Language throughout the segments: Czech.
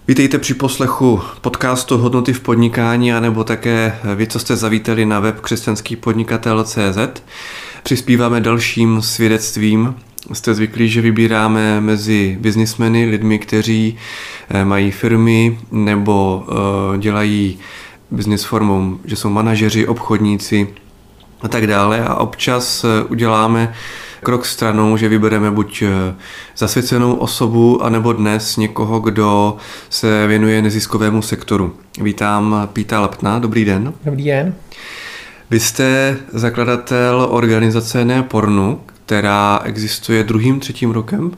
Vítejte při poslechu podcastu Hodnoty v podnikání, anebo také vy, co jste zavítali na web křesťanskýpodnikatel.cz. Přispíváme dalším svědectvím. Jste zvyklí, že vybíráme mezi biznismeny, lidmi, kteří mají firmy nebo dělají business formou, že jsou manažeři, obchodníci a tak dále. A občas uděláme krok stranou, že vybereme buď zasvěcenou osobu, anebo dnes někoho, kdo se věnuje neziskovému sektoru. Vítám Píta Laptna, dobrý den. Dobrý den. Vy jste zakladatel organizace Ne pornu, která existuje 2., 3. rokem?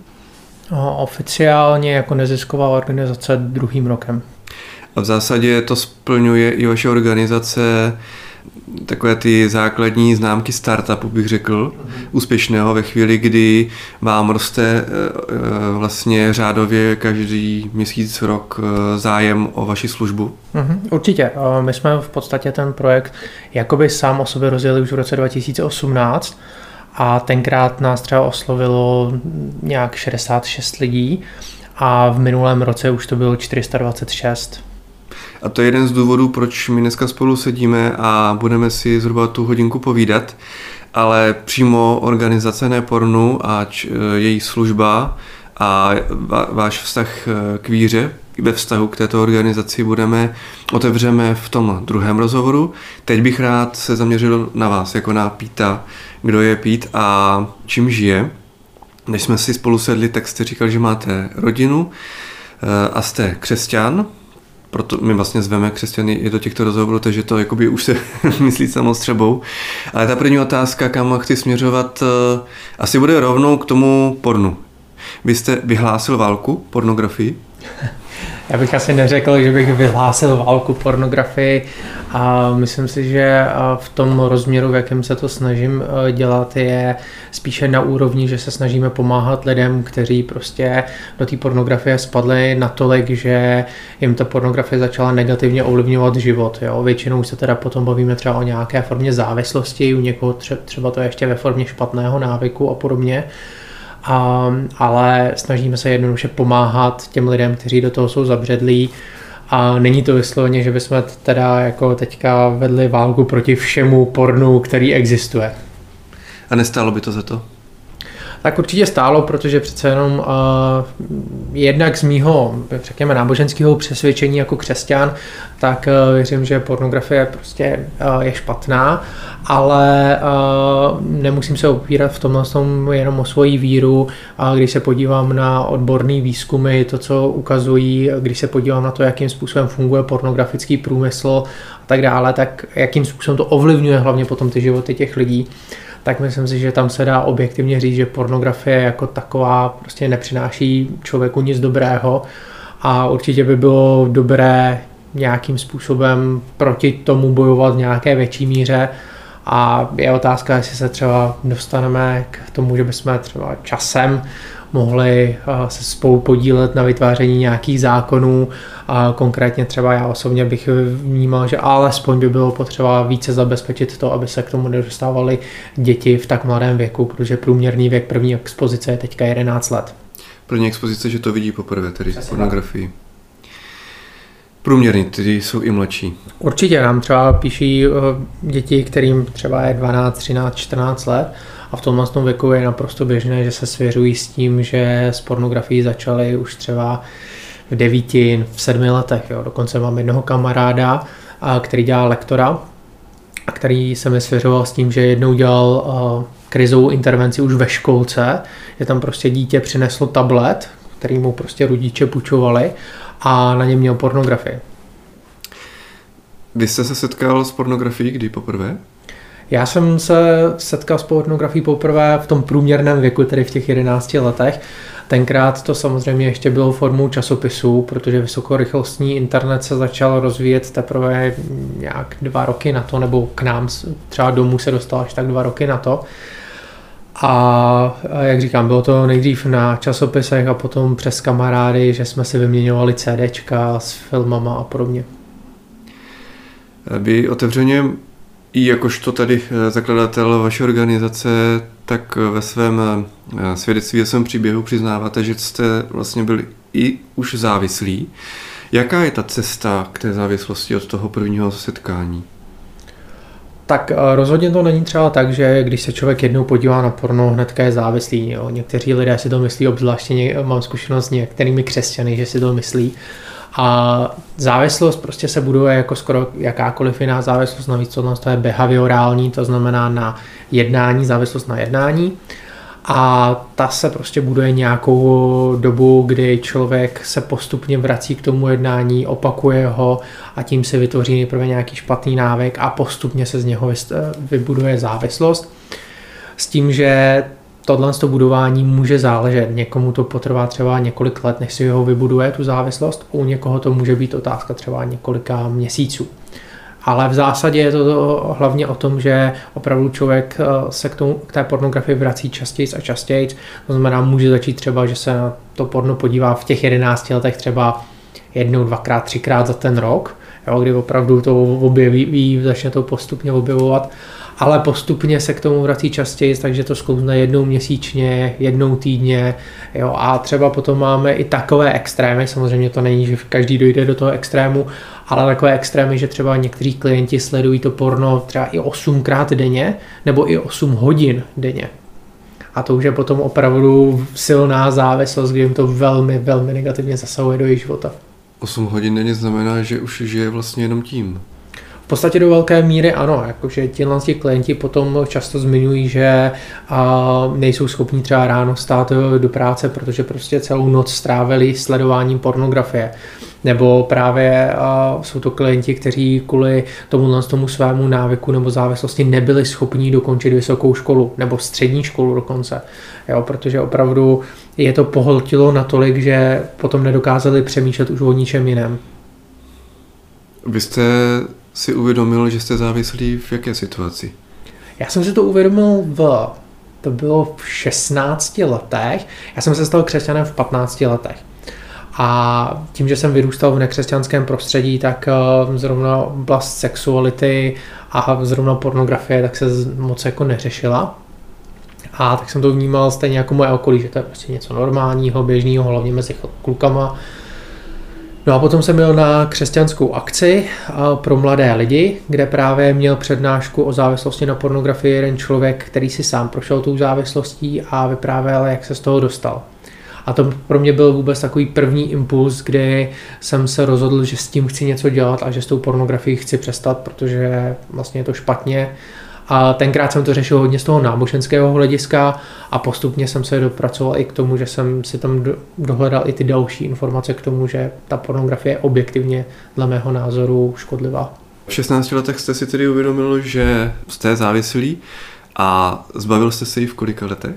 Oficiálně jako nezisková organizace 2. rokem. A v zásadě to splňuje i vaše organizace takové ty základní známky startupu, bych řekl, úspěšného ve chvíli, kdy vám roste vlastně řádově každý měsíc, rok zájem o vaši službu? Určitě. My jsme v podstatě ten projekt jakoby sám o sobě rozjeli už v roce 2018 a tenkrát nás třeba oslovilo nějak 66 lidí a v minulém roce už to bylo 426. A to je jeden z důvodů, proč my dneska spolu sedíme a budeme si zhruba tu hodinku povídat, ale přímo organizace Ne pornu a její služba a váš vztah k víře ve vztahu k této organizaci otevřeme v tom druhém rozhovoru. Teď bych rád se zaměřil na vás, jako na Píta, kdo je Pít a čím žije. Než jsme si spolu sedli, tak jste říkal, že máte rodinu a jste křesťan. Proto my vlastně zveme křesťany i do těchto rozhovorů, takže to jakoby už se myslí samostřebou. Ale ta první otázka, kam chci směřovat, asi bude rovnou k tomu pornu. Vy jste vyhlásil válku pornografii? Já bych asi neřekl, že bych vyhlásil válku pornografii a myslím si, že v tom rozměru, v jakém se to snažím dělat, je spíše na úrovni, že se snažíme pomáhat lidem, kteří prostě do té pornografie spadli natolik, že jim ta pornografie začala negativně ovlivňovat život. Jo? Většinou se teda potom bavíme třeba o nějaké formě závislosti, u někoho třeba to ještě ve formě špatného návyku a podobně. Ale snažíme se jednoduše pomáhat těm lidem, kteří do toho jsou zabředlí a není to vysloveně, že bychom teda jako teďka vedli válku proti všemu pornu, který existuje. A nestálo by to za to? Tak určitě stálo, protože přece jenom jednak z mýho, řekněme, náboženského přesvědčení jako křesťan, tak věřím, že pornografie prostě je špatná, ale nemusím se opírat v tomhle tom jenom o svoji víru. Když se podívám na odborné výzkumy, to, co ukazují, když se podívám na to, jakým způsobem funguje pornografický průmysl a tak dále, tak jakým způsobem to ovlivňuje hlavně potom ty životy těch lidí, tak myslím si, že tam se dá objektivně říct, že pornografie jako taková prostě nepřináší člověku nic dobrého a určitě by bylo dobré nějakým způsobem proti tomu bojovat v nějaké větší míře a je otázka, jestli se třeba dostaneme k tomu, že bychom třeba časem mohli se spolu podílet na vytváření nějakých zákonů. A konkrétně třeba já osobně bych vnímal, že alespoň by bylo potřeba více zabezpečit to, aby se k tomu nedostávaly děti v tak mladém věku, protože průměrný věk první expozice je teďka 11 let. První expozice, že to vidí poprvé, tedy pornografii. Průměrný, tedy jsou i mladší. Určitě nám třeba píší děti, kterým třeba je 12, 13, 14 let a v tomhle věku je naprosto běžné, že se svěřují s tím, že s pornografií začali už třeba v 9, v 7 letech. Jo. Dokonce mám jednoho kamaráda, který dělá lektora a který se mi svěřoval s tím, že jednou dělal krizovou intervenci už ve školce, že tam prostě dítě přineslo tablet, který mu prostě rodiče půjčovali a na něm měl pornografii. Vy jste se setkal s pornografií kdy poprvé? Já jsem se setkal s pornografií poprvé v tom průměrném věku, tedy v těch 11 letech. Tenkrát to samozřejmě ještě bylo formou časopisů, protože vysokorychlostní internet se začal rozvíjet teprve nějak 2 roky na to, nebo k nám třeba domů se dostal až tak 2 roky na to. A jak říkám, bylo to nejdřív na časopisech a potom přes kamarády, že jsme si vyměňovali CDčka s filmama a podobně. Vy otevřeně i jakožto tady zakladatel vaší organizace, tak ve svém svědectví, ve svém příběhu přiznáváte, že jste vlastně byli i už závislí. Jaká je ta cesta k té závislosti od toho prvního setkání? Tak rozhodně to není třeba tak, že když se člověk jednou podívá na porno, hnedka je závislý. Jo. Někteří lidé si to myslí, obzvláště mám zkušenost s některými křesťany, že si to myslí. A závislost prostě se buduje jako skoro jakákoliv jiná závislost, navíc to je behaviorální, to znamená na jednání, závislost na jednání. A ta se prostě buduje nějakou dobu, kdy člověk se postupně vrací k tomu jednání, opakuje ho a tím se vytvoří nejprve nějaký špatný návyk a postupně se z něho vybuduje závislost. S tím, že tohle budování může záležet. Někomu to potrvá třeba několik let, než si ho vybuduje, tu závislost. U někoho to může být otázka třeba několika měsíců. Ale v zásadě je to hlavně o tom, že opravdu člověk se k té pornografii vrací častěji a častěji. To znamená, může začít třeba, že se na to porno podívá v těch 11 letech třeba jednou, dvakrát, třikrát za ten rok, jo, kdy opravdu to objeví, začne to postupně objevovat, ale postupně se k tomu vrací častěji, takže to sklouzne jednou měsíčně, jednou týdně, jo, a třeba potom máme i takové extrémy, samozřejmě to není, že každý dojde do toho extrému, ale takové extrémy, že třeba někteří klienti sledují to porno třeba i 8krát denně, nebo i 8 hodin denně. A to už je potom opravdu silná závislost, kdy jim to velmi, velmi negativně zasahuje do jejich života. 8 hodin denně znamená, že už žije vlastně jenom tím. V podstatě do velké míry ano, jakože ti klienti potom často zmiňují, že nejsou schopni třeba ráno stát do práce, protože prostě celou noc strávili sledováním pornografie. Nebo právě jsou to klienti, kteří kvůli tomu svému návyku nebo závislosti nebyli schopni dokončit vysokou školu nebo střední školu dokonce. Jo, protože opravdu je to pohltilo natolik, že potom nedokázali přemýšlet už o ničem jiném. Vy jste si uvědomil, že jste závislí v jaké situaci? Já jsem si to uvědomil to bylo v 16 letech. Já jsem se stal křesťanem v 15 letech. A tím, že jsem vyrůstal v nekřesťanském prostředí, tak zrovna oblast sexuality a zrovna pornografie tak se moc jako neřešila. A tak jsem to vnímal stejně jako moje okolí, že to je prostě něco normálního, běžného, hlavně mezi klukama. No a potom jsem byl na křesťanskou akci pro mladé lidi, kde právě měl přednášku o závislosti na pornografii jeden člověk, který si sám prošel tou závislostí a vyprávěl, jak se z toho dostal. A to pro mě byl vůbec takový první impuls, kdy jsem se rozhodl, že s tím chci něco dělat a že s tou pornografií chci přestat, protože vlastně je to špatně. A tenkrát jsem to řešil hodně z toho náboženského hlediska a postupně jsem se dopracoval i k tomu, že jsem si tam dohledal i ty další informace k tomu, že ta pornografie je objektivně dle mého názoru škodlivá. V 16 letech jste si tedy uvědomil, že jste závislí a zbavil jste se jí v kolika letech?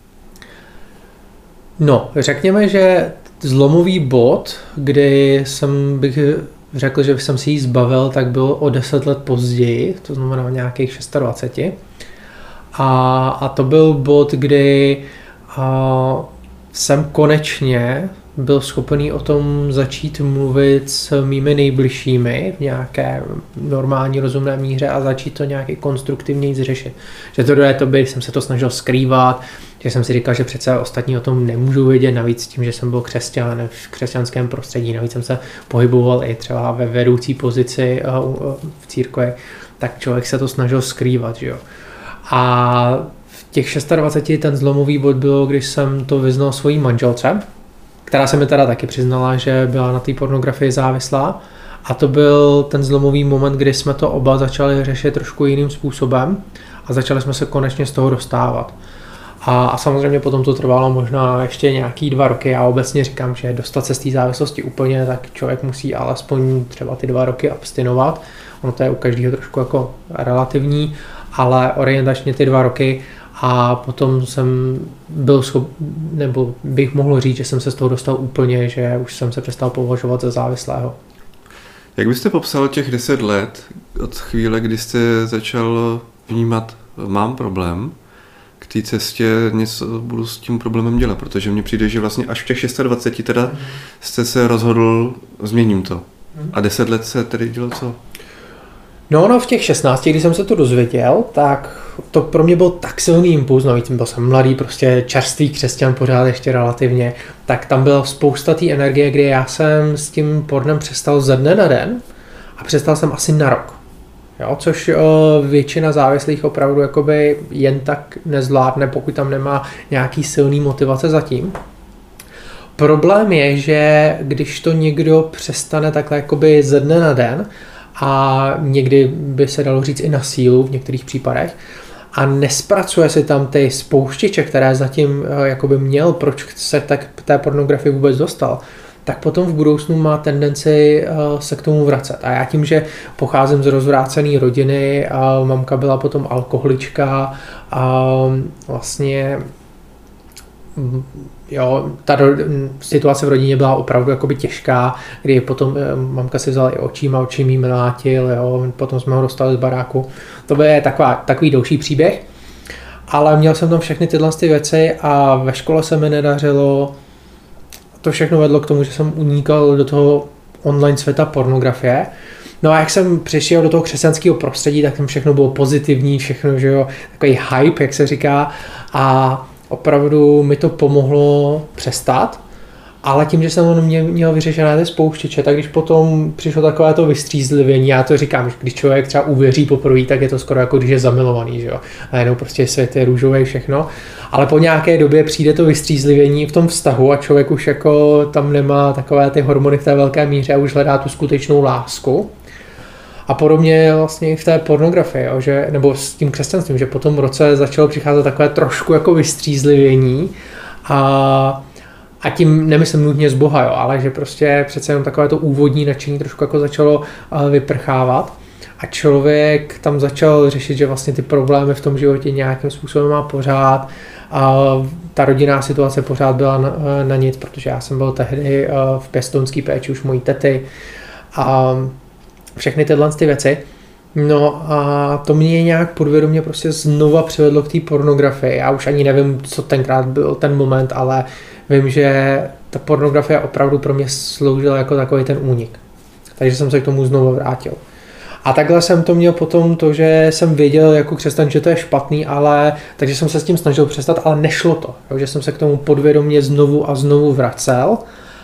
No, řekněme, že zlomový bod, kdy bych řekl, že jsem si ji zbavil, tak byl o 10 let později, to znamená nějakých 26. A to byl bod, kdy jsem konečně byl schopný o tom začít mluvit s mými nejbližšími v nějaké normální rozumné míře a začít to nějaký konstruktivněji řešit. Že to do té doby jsem se to snažil skrývat, že jsem si říkal, že přece ostatní o tom nemůžu vědět, navíc tím, že jsem byl křesťan v křesťanském prostředí, navíc jsem se pohyboval i třeba ve vedoucí pozici v církvi, tak člověk se to snažil skrývat, že jo. A v těch 26 ten zlomový bod bylo, když jsem to vyznal svojí manželce, která se mi teda taky přiznala, že byla na té pornografii závislá. A to byl ten zlomový moment, kdy jsme to oba začali řešit trošku jiným způsobem a začali jsme se konečně z toho dostávat. A samozřejmě potom to trvalo možná ještě nějaký 2 roky. Já obecně říkám, že dostat se z té závislosti úplně, tak člověk musí alespoň třeba ty 2 roky abstinovat. Ono to je u každého trošku jako relativní, ale orientačně ty 2 roky. A potom jsem byl nebo bych mohl říct, že jsem se z toho dostal úplně, že už jsem se přestal považovat za závislého. Jak byste popsal těch 10 let od chvíle, kdy jste začal vnímat, mám problém, k té cestě něco budu s tím problémem dělat, protože mně přijde, že vlastně až v těch 26 teda jste se rozhodl, změním to. A 10 let se tedy dělal co? No, v těch 16, když jsem se to dozvěděl, tak to pro mě byl tak silný impuls, navíc byl jsem mladý, prostě čerstvý křesťan pořád ještě relativně, tak tam byla spousta té energie, kdy já jsem s tím pornem přestal ze dne na den a přestal jsem asi na rok. Jo, což většina závislých opravdu jakoby jen tak nezvládne, pokud tam nemá nějaký silný motivace zatím. Problém je, že když to někdo přestane takhle jakoby ze dne na den a někdy by se dalo říct i na sílu v některých případech a nespracuje si tam ty spouštěče, které zatím jakoby měl, proč se tak té pornografii vůbec dostal, tak potom v budoucnu má tendenci se k tomu vracet. A já tím, že pocházím z rozvrácené rodiny, a mamka byla potom alkoholička a vlastně jo, ta situace v rodině byla opravdu jakoby těžká, kdy potom mamka si vzala i oči mi mlátil, jo, potom jsme ho dostali z baráku. To je takový další příběh, ale měl jsem tam všechny tyhle věci a ve škole se mi nedařilo. To všechno vedlo k tomu, že jsem unikal do toho online světa pornografie. No a jak jsem přišel do toho křesťanského prostředí, tak tam všechno bylo pozitivní, všechno, že jo, takový hype, jak se říká, a opravdu mi to pomohlo přestat, ale tím, že jsem měl vyřešené ty spouštěče, tak když potom přišlo takové to vystřízlivění, já to říkám, že když člověk třeba uvěří poprvé, tak je to skoro jako když je zamilovaný, že jo, najednou prostě svět je růžový, všechno, ale po nějaké době přijde to vystřízlivění v tom vztahu a člověk už jako tam nemá takové ty hormony v té velké míře a už hledá tu skutečnou lásku. A podobně vlastně i v té pornografii, jo, že, nebo s tím křesťanstvím, že po tom roce začalo přicházet takové trošku jako vystřízlivění a tím nemyslím nutně z Boha, jo, ale že prostě přece jenom takové to úvodní nadšení trošku jako začalo vyprchávat a člověk tam začal řešit, že vlastně ty problémy v tom životě nějakým způsobem má pořád a ta rodinná situace pořád byla na nic, protože já jsem byl tehdy v pěstounské péči už mojí tety a všechny tyhle ty věci. No a to mě nějak podvědomě prostě znova přivedlo k té pornografii. Já už ani nevím, co tenkrát byl ten moment, ale vím, že ta pornografie opravdu pro mě sloužila jako takový ten únik. Takže jsem se k tomu znovu vrátil. A takhle jsem to měl potom to, že jsem věděl jako křesťan, že to je špatný, ale takže jsem se s tím snažil přestat, ale nešlo to. Jo, že jsem se k tomu podvědomě znovu a znovu vracel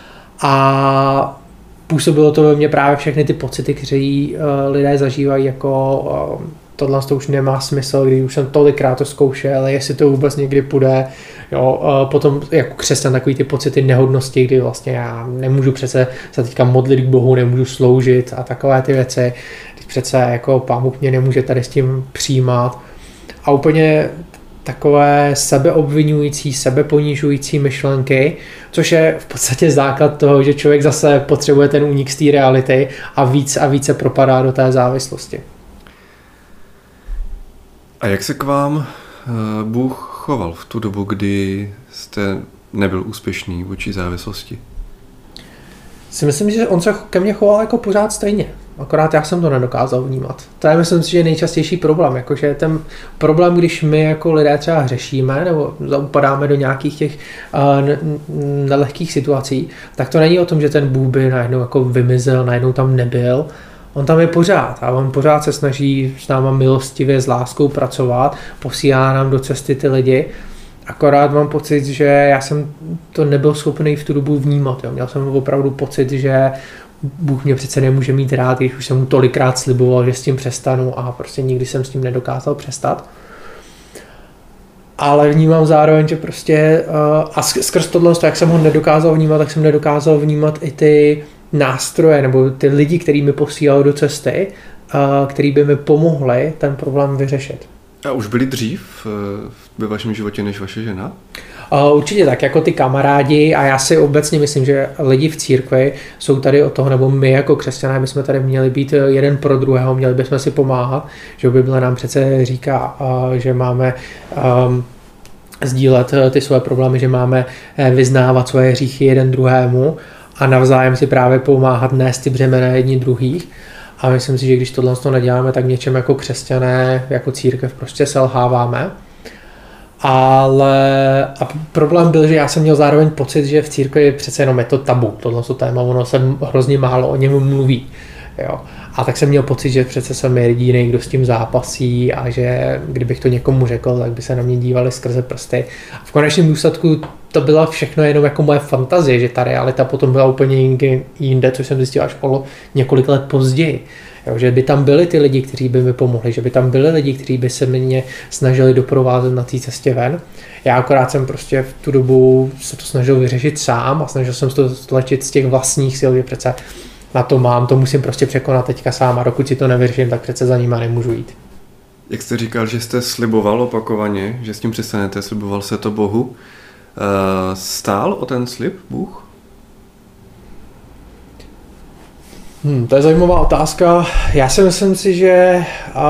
a působilo to ve mně právě všechny ty pocity, které lidé zažívají, jako tohle to už nemá smysl, když už jsem tolikrát to zkoušel, jestli to vůbec někdy půjde. Jo, potom jako křesťan takový ty pocity nehodnosti, kdy vlastně já nemůžu přece se teďka modlit k Bohu, nemůžu sloužit a takové ty věci, když přece jako Pán Bůh mě nemůže tady s tím přijímat. A úplně takové sebeobvinující, sebeponižující myšlenky, což je v podstatě základ toho, že člověk zase potřebuje ten únik z té reality a více propadá do té závislosti. A jak se k vám Bůh choval v tu dobu, kdy jste nebyl úspěšný vůči závislosti? Si myslím, že on se ke mně choval jako pořád stejně. Akorát já jsem to nedokázal vnímat. To je, myslím si, že nejčastější problém. Jakože ten problém, když my jako lidé třeba hřešíme nebo upadáme do nějakých těch nelehkých situací, tak to není o tom, že ten Bůh by najednou jako vymizel, najednou tam nebyl. On tam je pořád a on pořád se snaží s náma milostivě, s láskou pracovat, posílá nám do cesty ty lidi. Akorát mám pocit, že já jsem to nebyl schopný v tu dobu vnímat. Jo. Měl jsem opravdu pocit, že Bůh mě přece nemůže mít rád, když už jsem mu tolikrát sliboval, že s tím přestanu a prostě nikdy jsem s tím nedokázal přestat. Ale vnímám zároveň, že prostě a skrz tohle, jak jsem ho nedokázal vnímat, tak jsem nedokázal vnímat i ty nástroje nebo ty lidi, který mi posílali do cesty, který by mi pomohli ten problém vyřešit. A už byli dřív ve vašem životě než vaše žena? Určitě tak, jako ty kamarádi a já si obecně myslím, že lidi v církvi jsou tady od toho, nebo my jako křesťané bychom tady měli být jeden pro druhého, měli bychom si pomáhat, že Bible nám přece říká, že máme sdílet ty své problémy, že máme vyznávat svoje hříchy jeden druhému a navzájem si právě pomáhat nést ty břemena jedni druhých. A myslím si, že když tohle neděláme, tak něčem jako křesťané, jako církev prostě selháváme. Ale a problém byl, že já jsem měl zároveň pocit, že v církvi přece jenom je to tabu. Tohle téma, ono se hrozně málo o něm mluví. Jo. A tak jsem měl pocit, že přece jsem jediný, kdo s tím zápasí a že kdybych to někomu řekl, tak by se na mě dívali skrze prsty. A v konečném důsledku to bylo všechno jenom jako moje fantazie, že ta realita potom byla úplně jinde, což jsem zjistil až o několik let později. Jo, že by tam byli ty lidi, kteří by mi pomohli, že by tam byli lidi, kteří by se mě snažili doprovázet na té cestě ven. Já akorát jsem prostě v tu dobu se to snažil vyřešit sám a snažil jsem se to stlačit z těch vlastních sil, že přece na to mám, to musím prostě překonat teďka sám a dokud si to nevyřeším, tak přece za nima nemůžu jít. Jak jste říkal, že jste sliboval opakovaně, že s tím přestanete, sliboval se to Bohu. Stál o ten slib Bůh? To je zajímavá otázka. Já si myslím si, že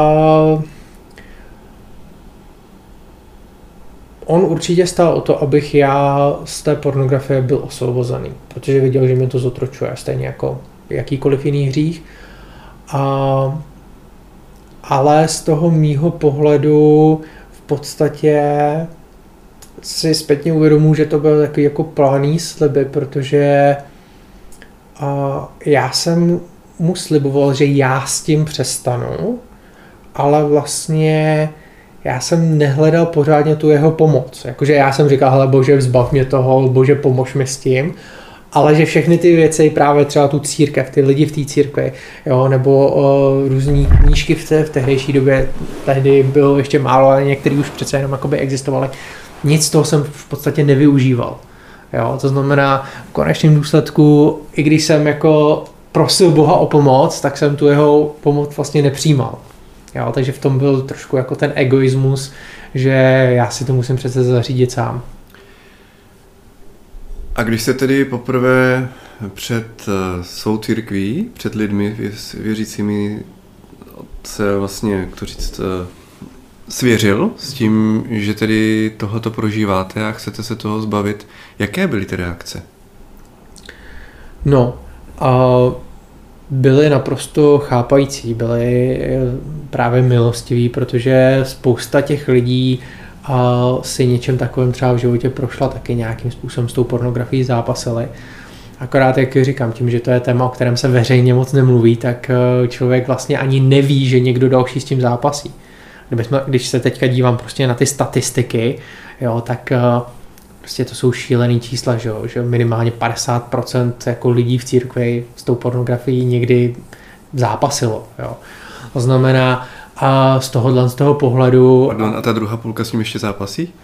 on určitě stál o to, abych já z té pornografie byl osvobozený, protože viděl, že mě to zotročuje, stejně jako jakýkoliv jiný hřích. Ale z toho mýho pohledu v podstatě si zpětně uvědomuji, že to byl takový jako planý sliby, protože já jsem mu sliboval, že já s tím přestanu, ale vlastně já jsem nehledal pořádně tu jeho pomoc. Jakože já jsem říkal, hele Bože, vzbav mě toho, Bože, pomož mi s tím, ale že všechny ty věci, právě třeba tu církev, ty lidi v té církvi, jo, nebo různý knížky v tehdejší době, tehdy bylo ještě málo, ale některý už přece jenom jakoby existovaly, nic z toho jsem v podstatě nevyužíval. Jo, to znamená, v konečném důsledku, i když jsem jako prosil Boha o pomoc, tak jsem tu jeho pomoc vlastně nepřijímal. Jo, takže v tom byl trošku jako ten egoismus, že já si to musím přece zařídit sám. A když se tedy poprvé před svou církví, před lidmi věřícími se vlastně, jak to říct, svěřil s tím, že tedy tohoto prožíváte a chcete se toho zbavit, jaké byly ty reakce? No, byli naprosto chápající, byli právě milostiví, protože spousta těch lidí si něčem takovým třeba v životě prošla, taky nějakým způsobem s tou pornografií zápasili. Akorát, jak říkám, tím, že to je téma, o kterém se veřejně moc nemluví, tak člověk vlastně ani neví, že někdo další s tím zápasí. Když se teďka dívám prostě na ty statistiky, jo, tak prostě to jsou šílený čísla, že minimálně 50% jako lidí v církvi s tou pornografií někdy zápasilo. Jo. To znamená, a z toho pohledu... Pardon, a ta druhá půlka s ním ještě zápasí?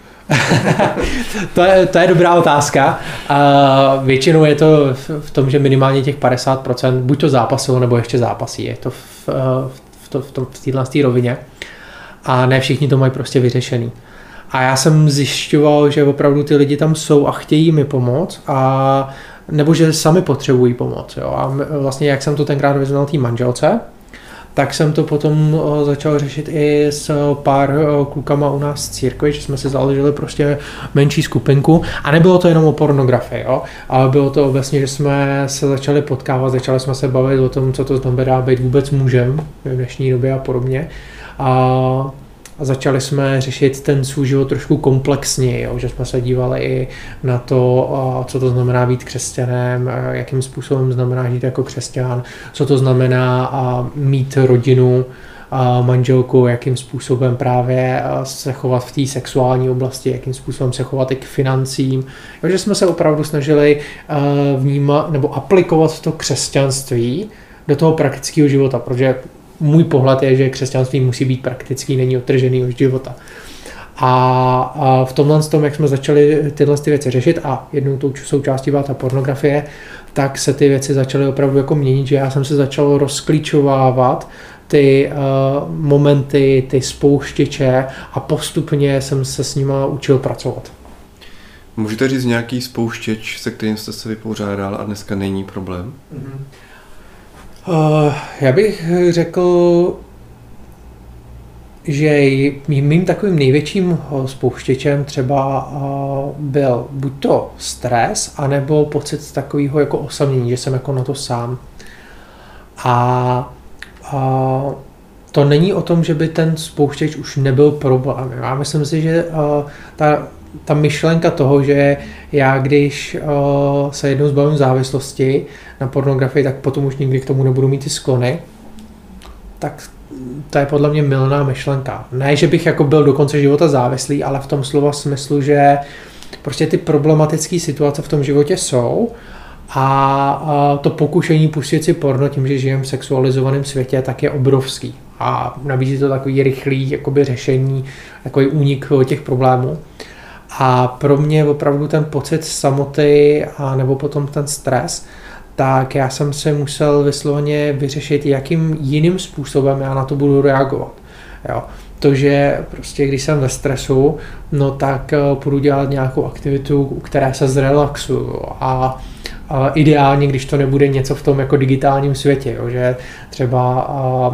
To je dobrá otázka. Většinou je to v tom, že minimálně těch 50% buď to zápasilo, nebo ještě zápasí. Je to v této rovině. A ne všichni to mají prostě vyřešený. A já jsem zjišťoval, že opravdu ty lidi tam jsou a chtějí mi pomoct, nebo že sami potřebují pomoc. Jo. A vlastně jak jsem to tenkrát vyznal té manželce, tak jsem to potom začal řešit i s pár klukama u nás z církve, že jsme si založili prostě menší skupinku a nebylo to jenom o pornografii, jo? Ale bylo to obecně, že jsme se začali potkávat, začali jsme se bavit o tom, co to znamená být vůbec mužem v dnešní době a podobně. A začali jsme řešit ten svůj život trošku komplexněji, jo? Že jsme se dívali i na to, co to znamená být křesťanem, jakým způsobem znamená žít jako křesťan, co to znamená mít rodinu, manželku, jakým způsobem právě se chovat v té sexuální oblasti, jakým způsobem se chovat i k financím. Jo? Že jsme se opravdu snažili vnímat nebo aplikovat to křesťanství do toho praktického života, protože můj pohled je, že křesťanství musí být praktický, není odtržený od života. A v tomhle tom, jak jsme začali tyhle věci řešit a jednou tou součástí byla ta pornografie, tak se ty věci začaly opravdu jako měnit, že já jsem se začal rozklíčovávat ty momenty, ty spouštěče a postupně jsem se s nima učil pracovat. Můžete říct nějaký spouštěč, se kterým jste se vypořádal a dneska není problém? Já bych řekl, že mým takovým největším spouštěčem třeba byl buď to stres, anebo pocit takového jako osamění, že jsem jako na to sám. A to není o tom, že by ten spouštěč už nebyl problém. Já myslím si, že ta myšlenka toho, že já když se jednou zbavím závislosti na pornografii, tak potom už nikdy k tomu nebudu mít ty sklony, tak to je podle mě mylná myšlenka. Ne, že bych jako byl do konce života závislý, ale v tom slova smyslu, že prostě ty problematické situace v tom životě jsou a to pokušení pustit si porno tím, že žijem v sexualizovaném světě, tak je obrovský. A nabízí to takový rychlý jakoby řešení, takový únik těch problémů. A pro mě opravdu ten pocit samoty a nebo potom ten stres, tak já jsem se musel vysloveně vyřešit, jakým jiným způsobem já na to budu reagovat. Jo. To, že prostě když jsem ve stresu, no tak půjdu dělat nějakou aktivitu, u které se zrelaxuju a ideálně, když to nebude něco v tom jako digitálním světě, jo, že třeba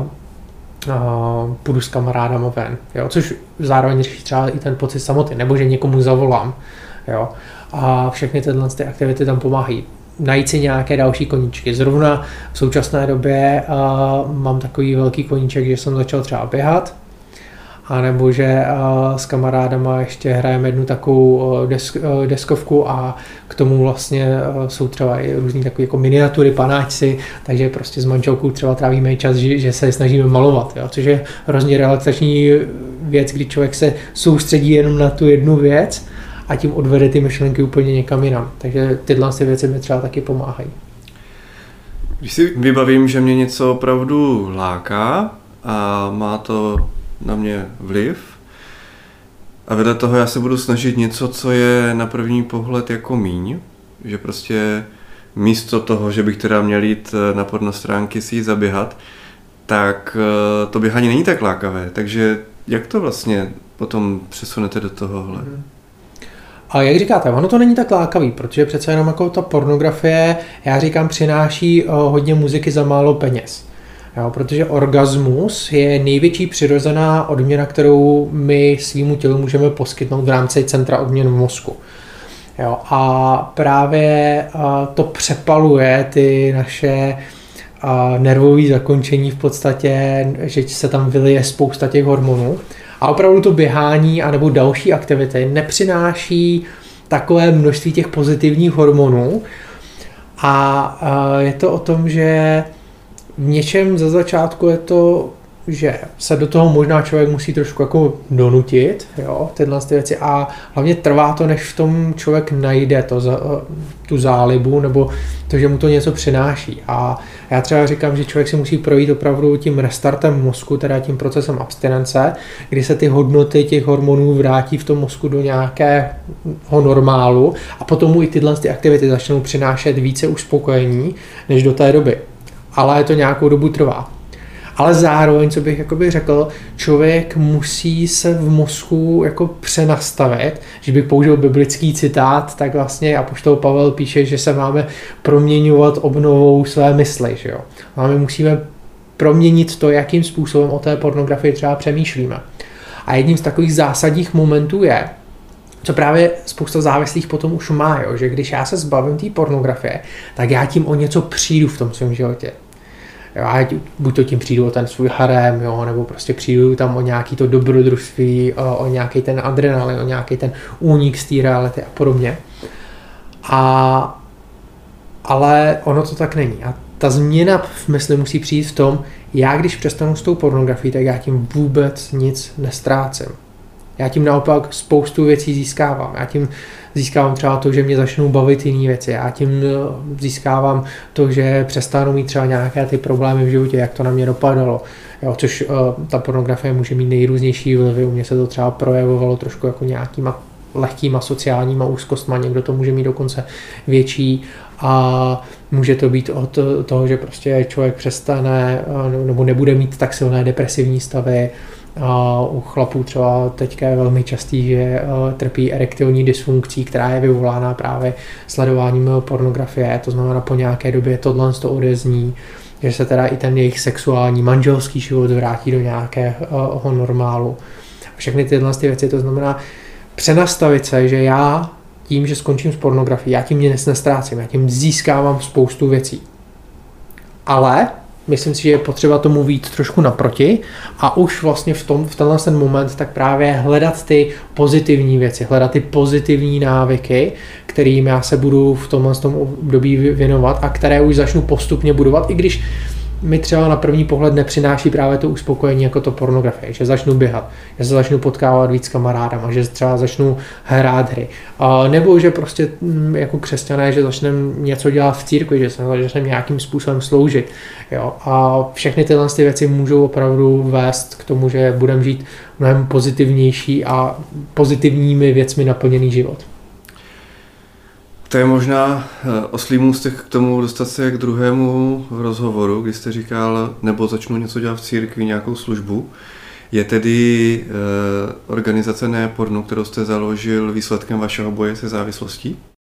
půjdu s kamarádama ven, jo, což zároveň řeší třeba i ten pocit samoty, nebo že někomu zavolám, jo, a všechny tyhle aktivity tam pomáhají. Najít si nějaké další koníčky. Zrovna v současné době mám takový velký koníček, že jsem začal třeba běhat, a nebo že s kamarádama ještě hrajeme jednu takovou deskovku a k tomu vlastně jsou třeba i různý takové jako miniatury, panáčci, takže prostě s manželkou třeba trávíme čas, že se snažíme malovat, jo, což je hrozně relaxační věc, kdy člověk se soustředí jenom na tu jednu věc a tím odvede ty myšlenky úplně někam jinam. Takže tyhle věci mi třeba taky pomáhají. Když si vybavím, že mě něco opravdu láká a má to na mě vliv a vedle toho já se budu snažit něco, co je na první pohled jako míň, že prostě místo toho, že bych teda měl jít na pornostránky si jít zaběhat, tak to běhání není tak lákavé. Takže jak to vlastně potom přesunete do tohohle? A jak říkáte, ono to není tak lákavý, protože přece jenom jako ta pornografie, já říkám, přináší hodně muziky za málo peněz. Jo, protože orgasmus je největší přirozená odměna, kterou my svýmu tělu můžeme poskytnout v rámci centra odměn v mozku. Jo, a právě to přepaluje ty naše nervové zakončení v podstatě, že se tam vylije spousta těch hormonů. A opravdu to běhání anebo další aktivity nepřináší takové množství těch pozitivních hormonů. A je to o tom, že v něčem za začátku je to, že se do toho možná člověk musí trošku jako donutit, jo, tyhle věci, a hlavně trvá to, než v tom člověk najde tu zálibu nebo to, že mu to něco přináší. A já třeba říkám, že člověk si musí projít opravdu tím restartem mozku, teda tím procesem abstinence, kdy se ty hodnoty těch hormonů vrátí v tom mozku do nějakého normálu a potom mu i tyhle aktivity začnou přinášet více uspokojení než do té doby. Ale to nějakou dobu trvá. Ale zároveň, co bych jakoby řekl, člověk musí se v mozku jako přenastavit, že bych použil biblický citát, tak vlastně apoštol Pavel píše, že se máme proměňovat obnovou své mysli, že jo. Musíme proměnit to, jakým způsobem o té pornografii třeba přemýšlíme. A jedním z takových zásadních momentů je, co právě spousta závislých potom už má, jo, že když já se zbavím té pornografie, tak já tím o něco přijdu v tom svém životě. Já buď to tím přijdu o ten svůj harém, jo, nebo prostě přijdu tam o nějaký to dobrodružství, o nějaký ten adrenalin, o nějaký ten únik z té reality a podobně. Ale ono to tak není. A ta změna v mysli musí přijít v tom, já když přestanu s tou pornografií, tak já tím vůbec nic nestrácím. Já tím naopak spoustu věcí získávám. Já tím získávám třeba to, že mě začnou bavit jiné věci. Já tím získávám to, že přestanu mít třeba nějaké ty problémy v životě, jak to na mě dopadalo. Jo, což ta pornografie může mít nejrůznější vlivy. U mě se to třeba projevovalo trošku jako nějakýma lehkýma sociálníma úzkostma. Někdo to může mít dokonce větší a může to být od toho, že prostě člověk přestane nebo nebude mít tak silné depresivní stavy. A u chlapů třeba teďka je velmi častý, že trpí erektilní dysfunkcí, která je vyvolána právě sledováním pornografie, to znamená po nějaké době tohle to odezní, že se teda i ten jejich sexuální manželský život vrátí do nějakého normálu. Všechny tyhle věci, to znamená přenastavit se, že já tím, že skončím s pornografií, já tím nic nestrácím, já tím získávám spoustu věcí. Ale myslím si, že je potřeba tomu víc trošku naproti a už vlastně v tenhle ten moment tak právě hledat ty pozitivní věci, hledat ty pozitivní návyky, kterým já se budu v tomhle období věnovat a které už začnu postupně budovat, i když mi třeba na první pohled nepřináší právě to uspokojení jako to pornografie, že začnu běhat, že se začnu potkávat víc s kamarádama, že třeba začnu hrát hry. Nebo že prostě jako křesťané, že začneme něco dělat v církvi, že se začneme nějakým způsobem sloužit. Jo? A všechny tyhle věci můžou opravdu vést k tomu, že budeme žít mnohem pozitivnější a pozitivními věcmi naplněný život. To je možná oslý můstek k tomu dostat se k druhému rozhovoru, kdy jste říkal, nebo začnu něco dělat v církvi, nějakou službu. Je tedy organizace Ne pornu, kterou jste založil, výsledkem vašeho boje se závislostí?